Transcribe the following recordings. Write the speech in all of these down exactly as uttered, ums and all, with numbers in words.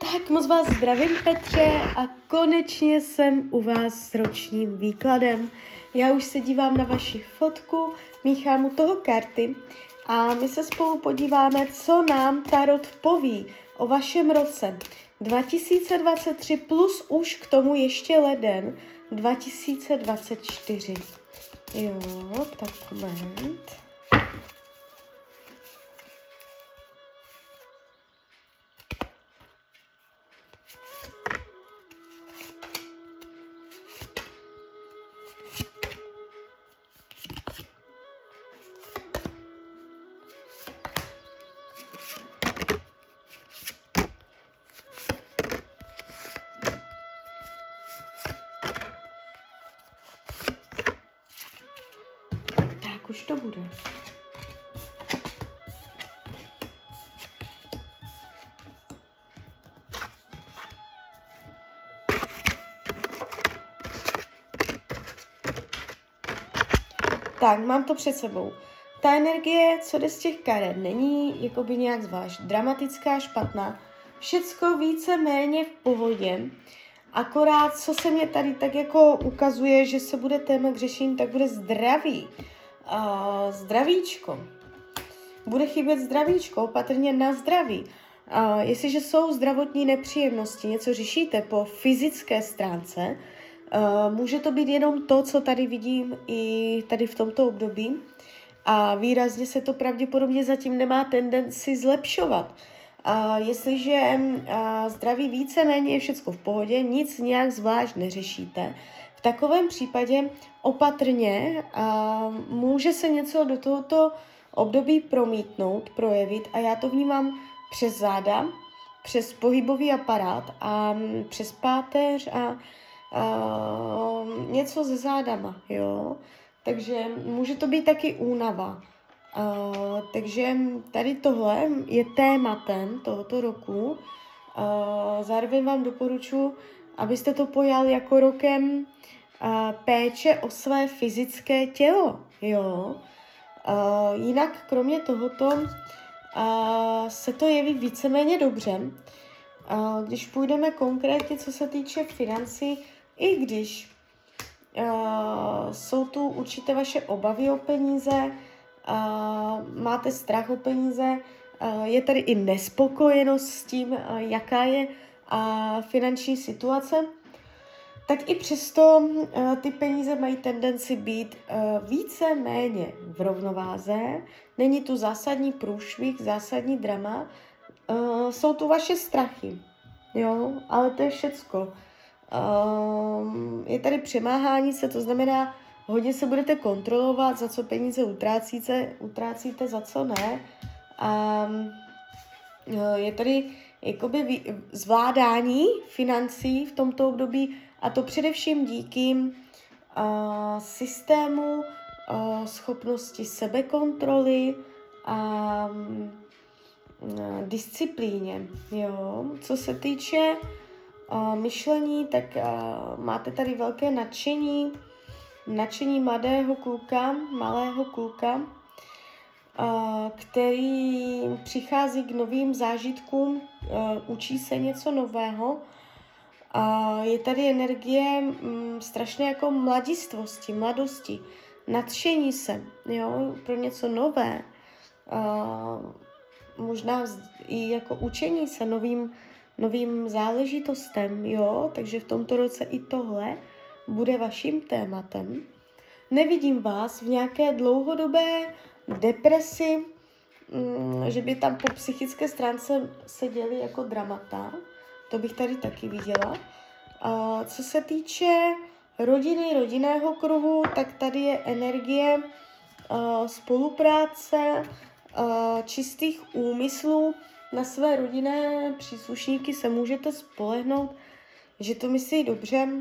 Tak moc vás zdravím, Petře, a konečně jsem u vás s ročním výkladem. Já už se dívám na vaši fotku, míchám u toho karty a my se spolu podíváme, co nám Tarot poví o vašem roce dva tisíce dvacet tři plus už k tomu ještě leden dva tisíce dvacet čtyři. Jo, tak moment. Tak už to bude. Tak, mám to před sebou. Ta energie, co jde z těch karet, není jakoby nějak zvlášť dramatická, špatná. Všecko více-méně v pohodě. Akorát, co se mě tady tak jako ukazuje, že se bude téma k řešení, tak bude zdraví. Uh, zdravíčko. Bude chybět zdravíčko, opatrně na zdraví. Uh, jestliže jsou zdravotní nepříjemnosti, něco řešíte po fyzické stránce, Uh, může to být jenom to, co tady vidím i tady v tomto období a výrazně se to pravděpodobně zatím nemá tendenci zlepšovat. Uh, jestliže uh, zdraví víceméně je všecko v pohodě, nic nějak zvlášť neřešíte, v takovém případě opatrně uh, může se něco do tohoto období promítnout, projevit a já to vnímám přes záda, přes pohybový aparát a um, přes páteř a Uh, něco se zádama, jo. Takže může to být taky únava. Uh, takže tady tohle je tématem tohoto roku. Uh, zároveň vám doporučuji, abyste to pojal jako rokem uh, péče o své fyzické tělo, jo. Uh, jinak kromě tohoto uh, se to jeví víceméně dobře. Uh, když půjdeme konkrétně, co se týče financí, i když uh, jsou tu určité vaše obavy o peníze, uh, máte strach o peníze, uh, je tady i nespokojenost s tím, uh, jaká je uh, finanční situace, tak i přesto uh, ty peníze mají tendenci být uh, více-méně v rovnováze. Není tu zásadní průšvih, zásadní drama, uh, jsou tu vaše strachy, jo, ale to je všecko. Um, je tady přemáhání se, to znamená, hodně se budete kontrolovat, za co peníze utrácíte, utrácíte, za co ne. Um, je tady jakoby zvládání financí v tomto období a to především díky uh, systému, uh, schopnosti sebekontroly a um, disciplíně. Jo? Co se týče Uh, myšlení, tak uh, máte tady velké nadšení, nadšení mladého kluka, malého kluka, uh, který přichází k novým zážitkům, uh, učí se něco nového. Uh, je tady energie um, strašně jako mladistvosti, mladosti, nadšení se, jo, pro něco nové, uh, možná i jako učení se novým novým záležitostem, jo, takže v tomto roce i tohle bude vaším tématem. Nevidím vás v nějaké dlouhodobé depresi, že by tam po psychické stránce seděli jako dramata, to bych tady taky viděla. A co se týče rodiny, rodinného kruhu, tak tady je energie spolupráce, čistých úmyslů. Na své rodinné příslušníky se můžete spolehnout, že to myslí dobře. Mm,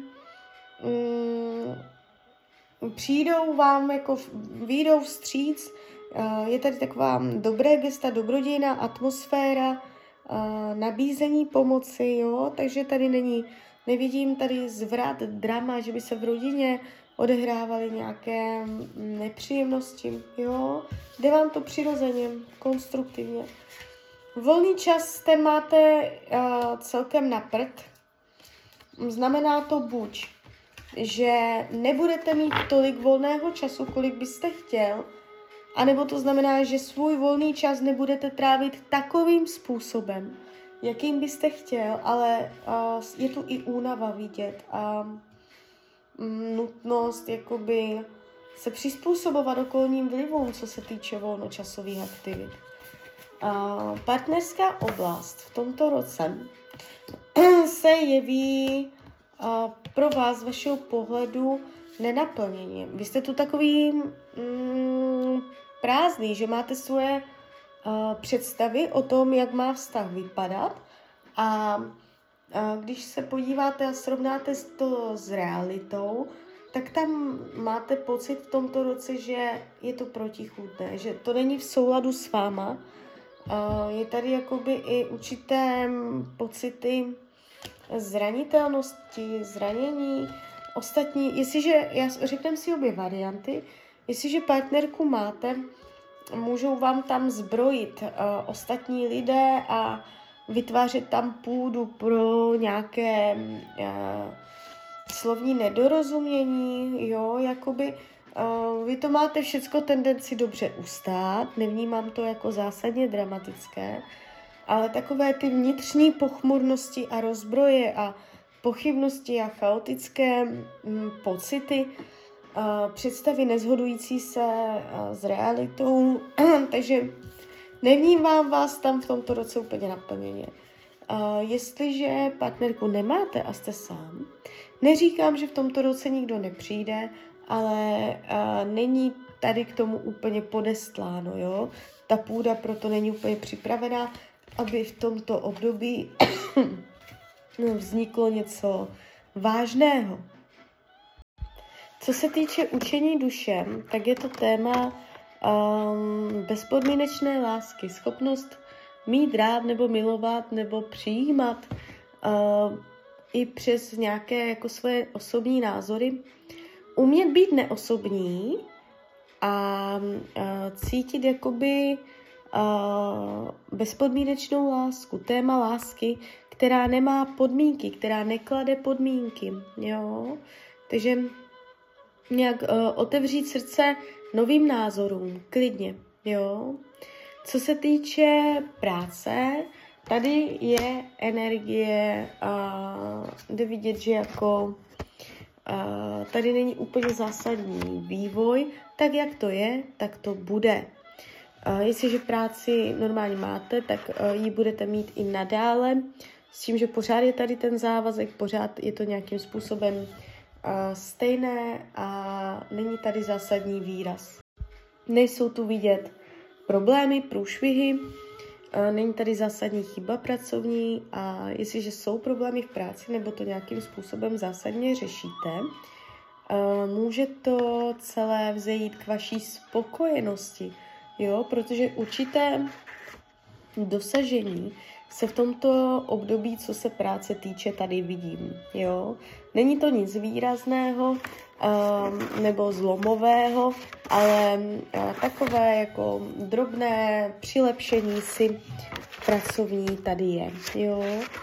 přijdou vám, jako vyjdou vstříc, je tady taková dobré gesta, dobrodějná atmosféra, nabízení pomoci, jo, takže tady není, nevidím tady zvrat, drama, že by se v rodině odehrávaly nějaké nepříjemnosti, jo, jde vám to přirozeně, konstruktivně. Volný čas ten máte uh, celkem na prd. Znamená to buď, že nebudete mít tolik volného času, kolik byste chtěl, anebo to znamená, že svůj volný čas nebudete trávit takovým způsobem, jakým byste chtěl, ale uh, je tu i únava vidět a um, nutnost jakoby se přizpůsobovat okolním vlivům, co se týče volnočasových aktivit. Uh, partnerská oblast v tomto roce se jeví uh, pro vás z vašeho pohledu nenaplnění. Vy jste tu takový mm, prázdný, že máte svoje uh, představy o tom, jak má vztah vypadat a uh, když se podíváte a srovnáte to s realitou, tak tam máte pocit v tomto roce, že je to protichůdné, že to není v souladu s váma. Uh, je tady jakoby i určité pocity zranitelnosti, zranění. Ostatní, jestliže, já řekneme si obě varianty, jestliže partnerku máte, můžou vám tam zbrojit uh, ostatní lidé a vytvářet tam půdu pro nějaké uh, slovní nedorozumění, jo, jakoby uh, vy to máte všecko tendenci dobře ustát, nevnímám to jako zásadně dramatické, ale takové ty vnitřní pochmurnosti a rozbroje a pochybnosti a chaotické mm, pocity, uh, představy nezhodující se uh, s realitou, takže nevnímám vás tam v tomto roce úplně naplněně. Uh, jestliže partnerku nemáte a jste sám, neříkám, že v tomto roce nikdo nepřijde, ale uh, není tady k tomu úplně podestláno, jo? Ta půda proto není úplně připravená, aby v tomto období vzniklo něco vážného. Co se týče učení dušem, tak je to téma um, bezpodmínečné lásky, schopnost mít rád nebo milovat nebo přijímat uh, i přes nějaké jako své osobní názory, umět být neosobní a uh, cítit jakoby uh, bezpodmínečnou lásku, téma lásky, která nemá podmínky, která neklade podmínky, jo. Takže nějak uh, otevřít srdce novým názorům, klidně, jo. Co se týče práce, tady je energie, uh, jde vidět, že jako uh, tady není úplně zásadní vývoj, tak jak to je, tak to bude. Uh, jestliže práci normálně máte, tak uh, ji budete mít i nadále, s tím, že pořád je tady ten závazek, pořád je to nějakým způsobem uh, stejné a není tady zásadní výraz. Nejsou tu vidět problémy, průšvihy, není tady zásadní chyba pracovní a jestliže jsou problémy v práci nebo to nějakým způsobem zásadně řešíte, může to celé vzejít k vaší spokojenosti, jo, protože určité dosažení se v tomto období, co se práce týče, tady vidím, jo. Není to nic výrazného um, nebo zlomového, ale uh, takové jako drobné přilepšení si pracovní tady je, jo.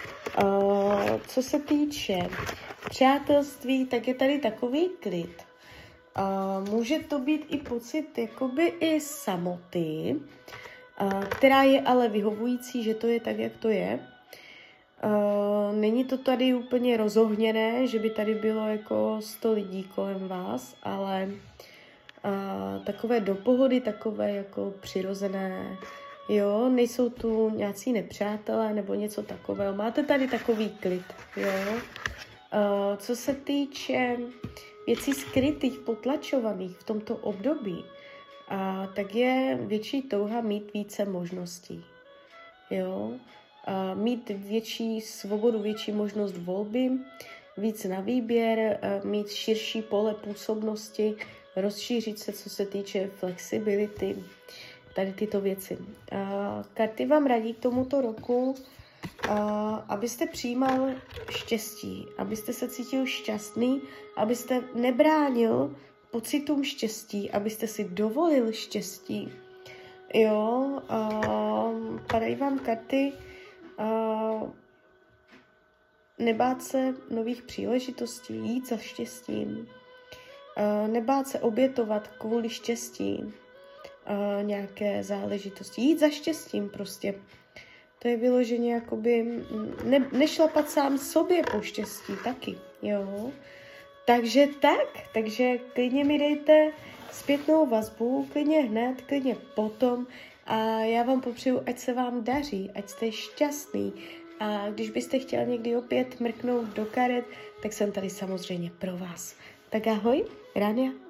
Uh, co se týče přátelství, tak je tady takový klid. Uh, může to být i pocit jakoby i samoty, Uh, která je ale vyhovující, že to je tak, jak to je. Uh, není to tady úplně rozohněné, že by tady bylo jako sto lidí kolem vás, ale uh, takové do pohody, takové jako přirozené, jo, nejsou tu nějací nepřátelé nebo něco takového. Máte tady takový klid, jo. Uh, co se týče věcí skrytých, potlačovaných v tomto období, a tak je větší touha mít více možností. Jo? A mít větší svobodu, větší možnost volby, víc na výběr, mít širší pole působnosti, rozšířit se, co se týče flexibility, tady tyto věci. A karty vám radí k tomuto roku, a abyste přijímal štěstí, abyste se cítil šťastný, abyste nebránil pocitům štěstí, abyste si dovolil štěstí. Jo, uh, padají vám karty uh, nebát se nových příležitostí, jít za štěstím, uh, nebát se obětovat kvůli štěstí uh, nějaké záležitosti, jít za štěstím prostě. To je vyloženě jakoby ne, nešlapat sám sobě po štěstí taky, jo. Takže tak, takže klidně mi dejte zpětnou vazbu, klidně hned, klidně potom a já vám popřeju, ať se vám daří, ať jste šťastný a když byste chtěla někdy opět mrknout do karet, tak jsem tady samozřejmě pro vás. Tak ahoj, Rania.